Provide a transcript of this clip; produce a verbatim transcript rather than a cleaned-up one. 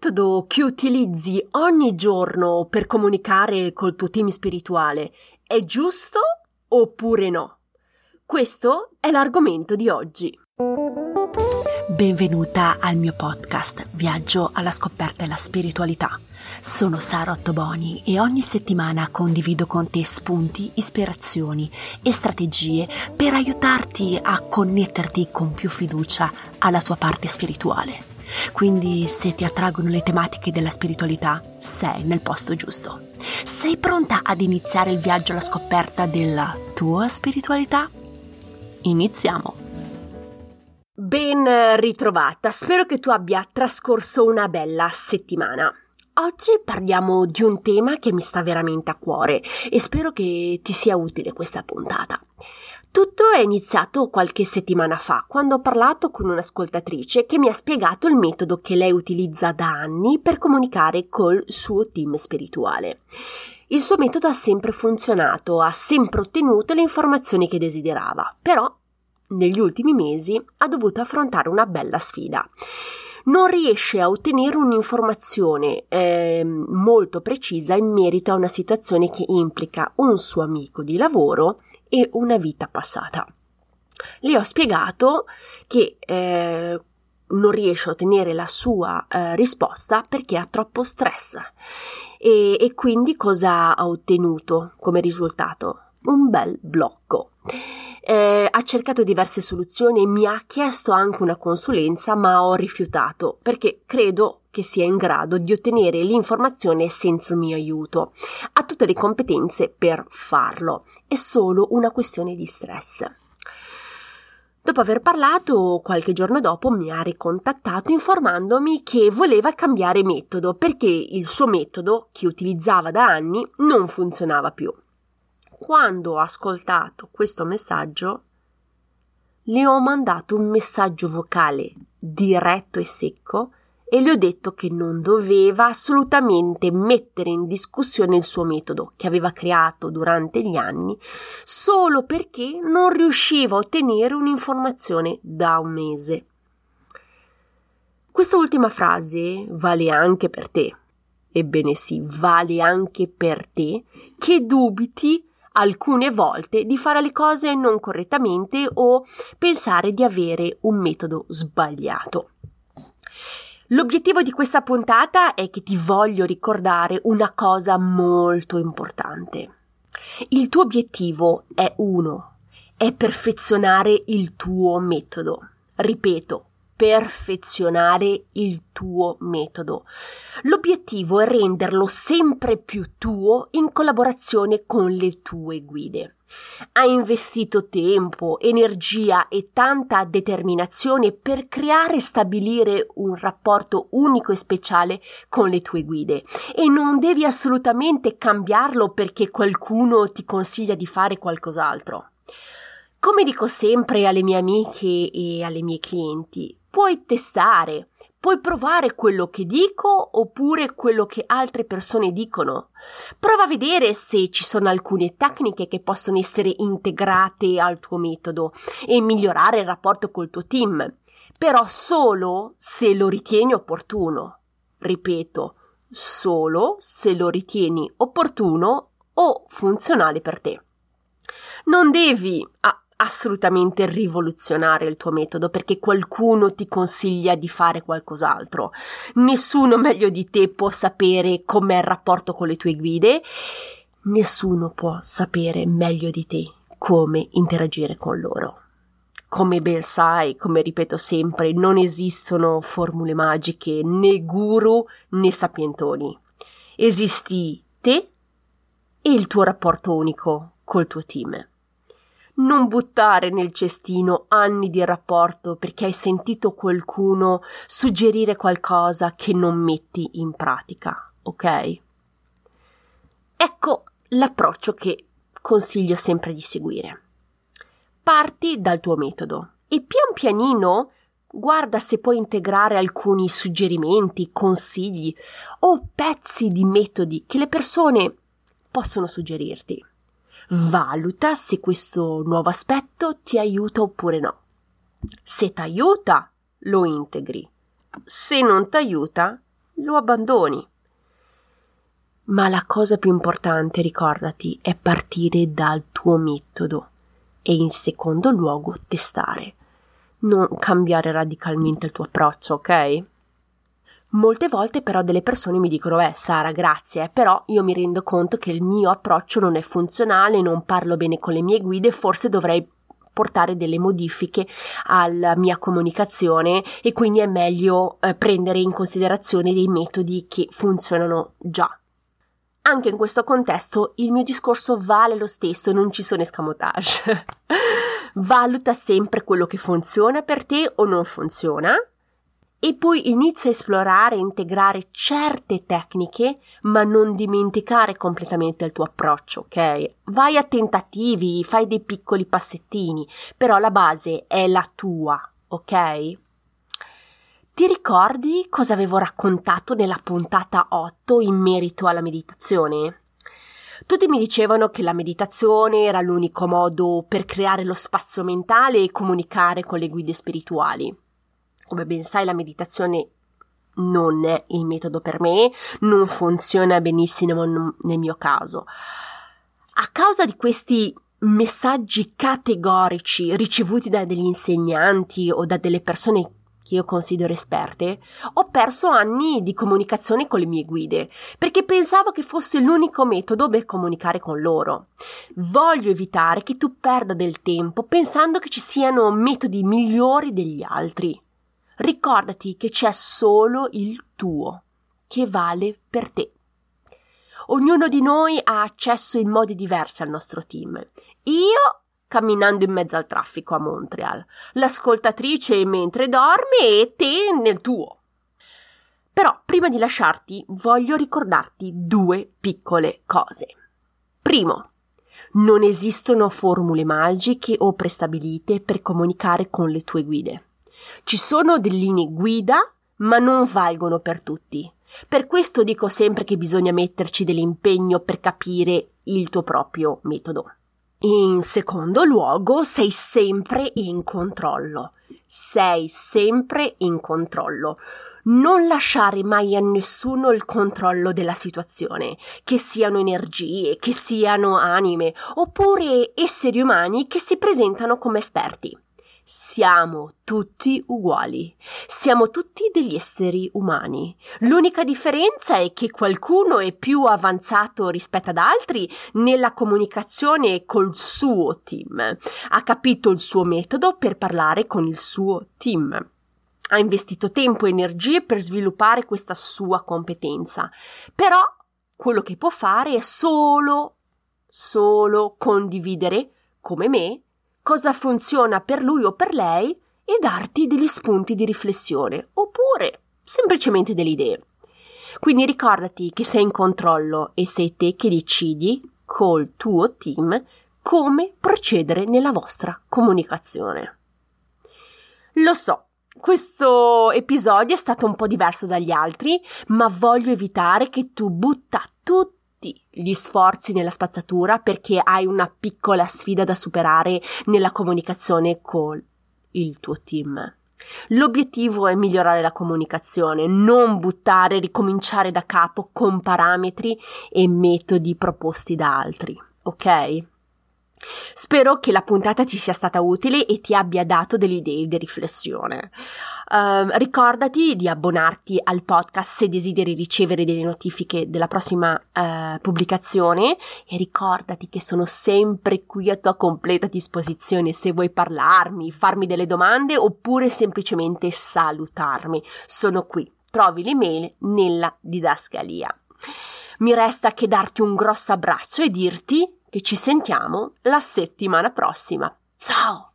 metodo che utilizzi ogni giorno per comunicare col tuo team spirituale è giusto oppure no? Questo è l'argomento di oggi. Benvenuta al mio podcast Viaggio alla scoperta della spiritualità. Sono Sara Ottoboni e ogni settimana condivido con te spunti, ispirazioni e strategie per aiutarti a connetterti con più fiducia alla tua parte spirituale. Quindi, se ti attraggono le tematiche della spiritualità, sei nel posto giusto. Sei pronta ad iniziare il viaggio alla scoperta della tua spiritualità? Iniziamo! Ben ritrovata, spero che tu abbia trascorso una bella settimana. Oggi parliamo di un tema che mi sta veramente a cuore e spero che ti sia utile questa puntata. Tutto è iniziato qualche settimana fa, quando ho parlato con un'ascoltatrice che mi ha spiegato il metodo che lei utilizza da anni per comunicare col suo team spirituale. Il suo metodo ha sempre funzionato, ha sempre ottenuto le informazioni che desiderava, però negli ultimi mesi ha dovuto affrontare una bella sfida. Non riesce a ottenere un'informazione eh, molto precisa in merito a una situazione che implica un suo amico di lavoro e una vita passata. Le ho spiegato che eh, non riesce a ottenere la sua eh, risposta perché ha troppo stress e, e quindi cosa ha ottenuto come risultato? Un bel blocco. Eh, ha cercato diverse soluzioni e mi ha chiesto anche una consulenza, ma ho rifiutato perché credo che sia in grado di ottenere l'informazione senza il mio aiuto. Ha tutte le competenze per farlo, è solo una questione di stress. Dopo aver parlato, qualche giorno dopo mi ha ricontattato informandomi che voleva cambiare metodo perché il suo metodo, che utilizzava da anni, non funzionava più. Quando ho ascoltato questo messaggio, le ho mandato un messaggio vocale diretto e secco e le ho detto che non doveva assolutamente mettere in discussione il suo metodo che aveva creato durante gli anni solo perché non riusciva a ottenere un'informazione da un mese. Questa ultima frase vale anche per te. Ebbene sì, vale anche per te che dubiti alcune volte di fare le cose non correttamente o pensare di avere un metodo sbagliato. L'obiettivo di questa puntata è che ti voglio ricordare una cosa molto importante. Il tuo obiettivo è uno, è perfezionare il tuo metodo. Ripeto, perfezionare il tuo metodo. L'obiettivo è renderlo sempre più tuo in collaborazione con le tue guide. Hai investito tempo, energia e tanta determinazione per creare e stabilire un rapporto unico e speciale con le tue guide e non devi assolutamente cambiarlo perché qualcuno ti consiglia di fare qualcos'altro. Come dico sempre alle mie amiche e alle mie clienti, puoi testare, puoi provare quello che dico oppure quello che altre persone dicono. Prova a vedere se ci sono alcune tecniche che possono essere integrate al tuo metodo e migliorare il rapporto col tuo team, però solo se lo ritieni opportuno. Ripeto, solo se lo ritieni opportuno o funzionale per te. Non devi ah, assolutamente rivoluzionare il tuo metodo perché qualcuno ti consiglia di fare qualcos'altro. Nessuno meglio di te può sapere com'è il rapporto con le tue guide, nessuno può sapere meglio di te come interagire con loro. Come ben sai, come ripeto sempre, non esistono formule magiche, né guru né sapientoni. Esisti te e il tuo rapporto unico col tuo team. Non buttare nel cestino anni di rapporto perché hai sentito qualcuno suggerire qualcosa che non metti in pratica, ok? Ecco l'approccio che consiglio sempre di seguire. Parti dal tuo metodo e pian pianino guarda se puoi integrare alcuni suggerimenti, consigli o pezzi di metodi che le persone possono suggerirti. Valuta se questo nuovo aspetto ti aiuta oppure no. Se ti aiuta, lo integri. Se non ti aiuta, lo abbandoni. Ma la cosa più importante, ricordati, è partire dal tuo metodo e in secondo luogo testare, non cambiare radicalmente il tuo approccio, ok? Molte volte però delle persone mi dicono «Beh, Sara, grazie, però io mi rendo conto che il mio approccio non è funzionale, non parlo bene con le mie guide, forse dovrei portare delle modifiche alla mia comunicazione e quindi è meglio eh, prendere in considerazione dei metodi che funzionano già». Anche in questo contesto il mio discorso vale lo stesso, non ci sono escamotage. Valuta sempre quello che funziona per te o non funziona e poi inizia a esplorare e integrare certe tecniche, ma non dimenticare completamente il tuo approccio, ok? Vai a tentativi, fai dei piccoli passettini, però la base è la tua, ok? Ti ricordi cosa avevo raccontato nella puntata otto in merito alla meditazione? Tutti mi dicevano che la meditazione era l'unico modo per creare lo spazio mentale e comunicare con le guide spirituali. Come ben sai, la meditazione non è il metodo per me, non funziona benissimo nel mio caso. A causa di questi messaggi categorici ricevuti da degli insegnanti o da delle persone che io considero esperte, ho perso anni di comunicazione con le mie guide, perché pensavo che fosse l'unico metodo per comunicare con loro. Voglio evitare che tu perda del tempo pensando che ci siano metodi migliori degli altri. Ricordati che c'è solo il tuo, che vale per te. Ognuno di noi ha accesso in modi diversi al nostro team. Io camminando in mezzo al traffico a Montreal, l'ascoltatrice mentre dorme e te nel tuo. Però prima di lasciarti voglio ricordarti due piccole cose. Primo, non esistono formule magiche o prestabilite per comunicare con le tue guide. Ci sono delle linee guida, ma non valgono per tutti. Per questo dico sempre che bisogna metterci dell'impegno per capire il tuo proprio metodo. In secondo luogo, sei sempre in controllo. Sei sempre in controllo. Non lasciare mai a nessuno il controllo della situazione, che siano energie, che siano anime, oppure esseri umani che si presentano come esperti. Siamo tutti uguali, siamo tutti degli esseri umani. L'unica differenza è che qualcuno è più avanzato rispetto ad altri nella comunicazione col suo team, ha capito il suo metodo per parlare con il suo team, ha investito tempo e energie per sviluppare questa sua competenza, però quello che può fare è solo, solo condividere, come me, cosa funziona per lui o per lei e darti degli spunti di riflessione oppure semplicemente delle idee. Quindi ricordati che sei in controllo e sei te che decidi col tuo team come procedere nella vostra comunicazione. Lo so, questo episodio è stato un po' diverso dagli altri, ma voglio evitare che tu butta tutto gli sforzi nella spazzatura perché hai una piccola sfida da superare nella comunicazione con il tuo team. L'obiettivo è migliorare la comunicazione, non buttare e ricominciare da capo con parametri e metodi proposti da altri, ok? Spero che la puntata ti sia stata utile e ti abbia dato delle idee di riflessione. Uh, ricordati di abbonarti al podcast se desideri ricevere delle notifiche della prossima uh, pubblicazione e ricordati che sono sempre qui a tua completa disposizione se vuoi parlarmi, farmi delle domande oppure semplicemente salutarmi. Sono qui, trovi l'email nella didascalia. Mi resta che darti un grosso abbraccio e dirti che ci sentiamo la settimana prossima. Ciao!